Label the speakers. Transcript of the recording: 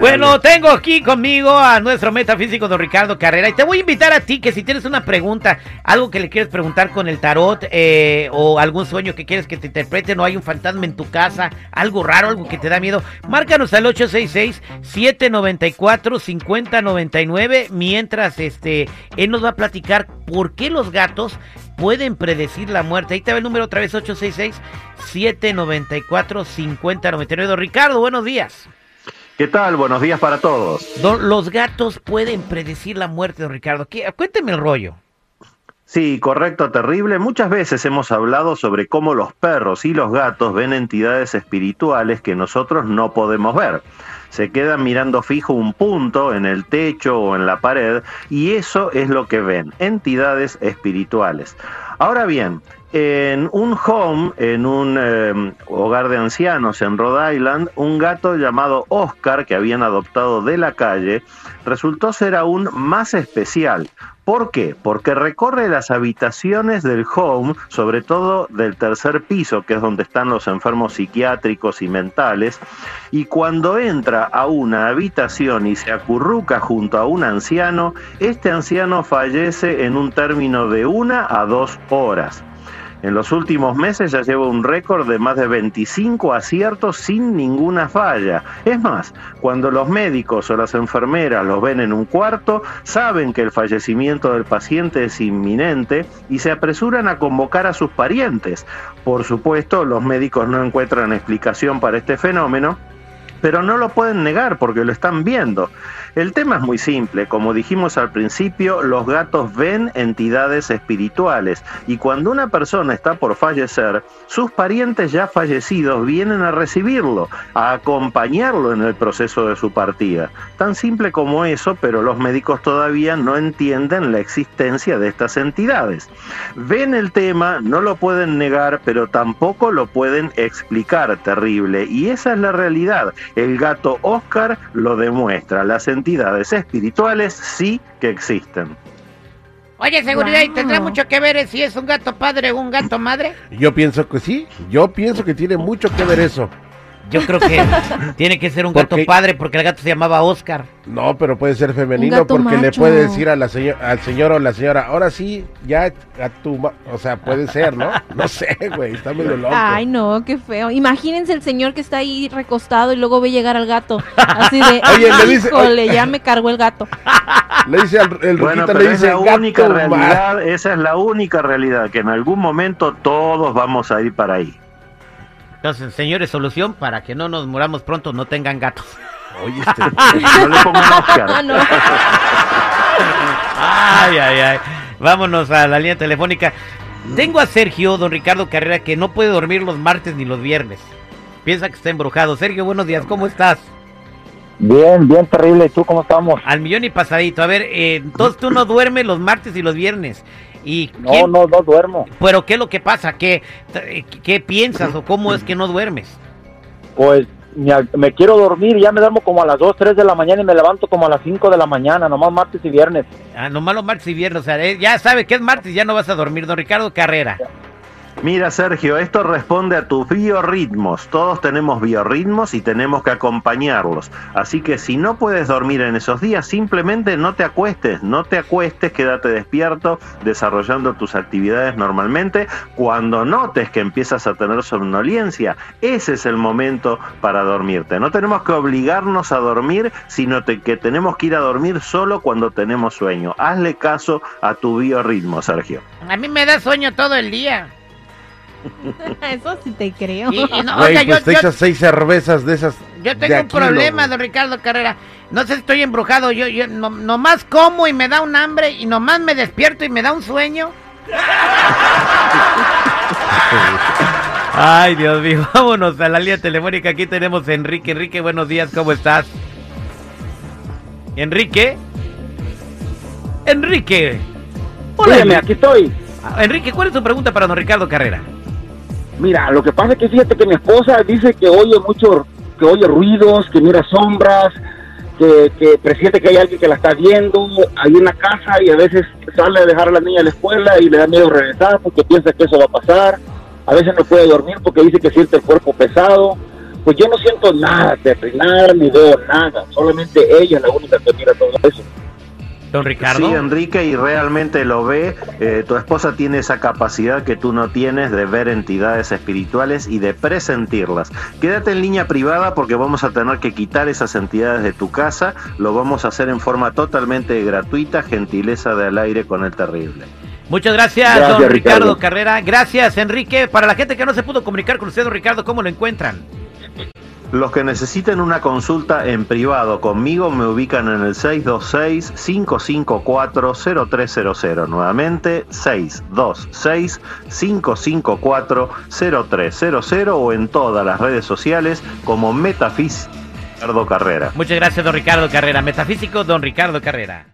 Speaker 1: Bueno, tengo aquí conmigo a nuestro metafísico don Ricardo Carrera y te voy a invitar a ti que si tienes una pregunta, algo que le quieres preguntar con el tarot o algún sueño que quieres que te interpreten o hay un fantasma en tu casa, algo raro, algo que te da miedo, márcanos al 866-794-5099 mientras él nos va a platicar por qué los gatos pueden predecir la muerte. Ahí te va el número otra vez, 866-794-5099. Don Ricardo, buenos días.
Speaker 2: ¿Qué tal? Buenos días para todos.
Speaker 1: Los gatos pueden predecir la muerte, don Ricardo. Cuénteme el rollo.
Speaker 2: Sí, correcto, terrible. Muchas veces hemos hablado sobre cómo los perros y los gatos ven entidades espirituales que nosotros no podemos ver. Se quedan mirando fijo un punto en el techo o en la pared y eso es lo que ven, entidades espirituales. Ahora bien, en un home, en un hogar de ancianos en Rhode Island, un gato llamado Oscar, que habían adoptado de la calle, resultó ser aún más especial. ¿Por qué? Porque recorre las habitaciones del home, sobre todo del tercer piso, que es donde están los enfermos psiquiátricos y mentales, y cuando entra a una habitación y se acurruca junto a un anciano, este anciano fallece en un término de 1 a 2 horas. En los últimos meses ya lleva un récord de más de 25 aciertos sin ninguna falla. Es más, cuando los médicos o las enfermeras los ven en un cuarto, saben que el fallecimiento del paciente es inminente y se apresuran a convocar a sus parientes. Por supuesto, los médicos no encuentran explicación para este fenómeno, pero no lo pueden negar porque lo están viendo. El tema es muy simple, como dijimos al principio, los gatos ven entidades espirituales y cuando una persona está por fallecer, sus parientes ya fallecidos vienen a recibirlo, a acompañarlo en el proceso de su partida. Tan simple como eso, pero los médicos todavía no entienden la existencia de estas entidades. Ven el tema, no lo pueden negar, pero tampoco lo pueden explicar, terrible, y esa es la realidad. El gato Oscar lo demuestra, las entidades espirituales sí que existen.
Speaker 1: Oye, seguridad, ¿y tendrá mucho que ver si es un gato padre o un gato madre?
Speaker 3: Yo pienso que sí, yo pienso que tiene mucho que ver eso.
Speaker 1: Yo creo que tiene que ser un gato padre porque el gato se llamaba Oscar.
Speaker 3: No, pero puede ser femenino porque macho. Le puede decir a al señor o la señora, ahora sí, ya a o sea, puede ser, ¿no? No sé, güey, está medio loco.
Speaker 4: Ay, no, qué feo. Imagínense el señor que está ahí recostado y luego ve llegar al gato, así de, oye, le dice, ya me cargó el gato.
Speaker 3: Le dice el
Speaker 2: bueno, pero le dice, esa es la única realidad, que en algún momento todos vamos a ir para ahí.
Speaker 1: Entonces, señores, solución para que no nos muramos pronto, no tengan gatos.
Speaker 2: Oye, no le pongo un Oscar.
Speaker 4: No.
Speaker 1: Ay. Vámonos a la línea telefónica. Tengo a Sergio, don Ricardo Carrera, que no puede dormir los martes ni los viernes. Piensa que está embrujado. Sergio, buenos días, ¿cómo estás?
Speaker 5: Bien, terrible. ¿Y tú cómo estamos?
Speaker 1: Al millón y pasadito. A ver, entonces tú no duermes los martes y los viernes. ¿Y
Speaker 5: no duermo.
Speaker 1: ¿Pero qué es lo que pasa? ¿Qué piensas o cómo es que no duermes?
Speaker 5: Pues me quiero dormir y ya me duermo como a las 2, 3 de la mañana y me levanto como a las 5 de la mañana, nomás martes y viernes.
Speaker 1: Nomás los martes y viernes, o sea, ya sabes que es martes, ya no vas a dormir, don Ricardo Carrera.
Speaker 2: Mira, Sergio, esto responde a tus biorritmos. Todos tenemos biorritmos y tenemos que acompañarlos. Así que si no puedes dormir en esos días, simplemente no te acuestes, quédate despierto, desarrollando tus actividades normalmente. Cuando notes que empiezas a tener somnolencia, ese es el momento para dormirte. No tenemos que obligarnos a dormir, sino que tenemos que ir a dormir solo cuando tenemos sueño. Hazle caso a tu biorritmo, Sergio.
Speaker 1: A mí me da sueño todo el día.
Speaker 4: Eso sí te creo.
Speaker 3: Pues te echas 6 cervezas de esas.
Speaker 1: Yo tengo un problema, don Ricardo Carrera. No sé si estoy embrujado. Yo nomás como y me da un hambre y nomás me despierto y me da un sueño. Ay, Dios mío. Vámonos a la línea telefónica. Aquí tenemos a Enrique. Enrique, buenos días. ¿Cómo estás? Enrique.
Speaker 5: Hola, dígame, aquí estoy.
Speaker 1: Enrique, ¿cuál es tu pregunta para don Ricardo Carrera?
Speaker 5: Mira, lo que pasa es que fíjate que mi esposa dice que oye ruidos, que mira sombras, que presiente que hay alguien que la está viendo ahí en la casa y a veces sale a dejar a la niña a la escuela y le da miedo regresar porque piensa que eso va a pasar. A veces no puede dormir porque dice que siente el cuerpo pesado. pues yo no siento nada, nada, ni veo nada, solamente ella es la única que mira todo eso.
Speaker 1: Don Ricardo.
Speaker 2: Sí, Enrique, y realmente lo ve. Tu esposa tiene esa capacidad que tú no tienes de ver entidades espirituales y de presentirlas. Quédate en línea privada porque vamos a tener que quitar esas entidades de tu casa. Lo vamos a hacer en forma totalmente gratuita, gentileza de Al Aire con el Terrible.
Speaker 1: Muchas gracias, don Ricardo Carrera. Gracias, Enrique. Para la gente que no se pudo comunicar con usted, don Ricardo, ¿cómo lo encuentran?
Speaker 2: Los que necesiten una consulta en privado conmigo me ubican en el 626-554-0300. Nuevamente, 626-554-0300 o en todas las redes sociales como Metafísico Ricardo Carrera.
Speaker 1: Muchas gracias, don Ricardo Carrera. Metafísico, don Ricardo Carrera.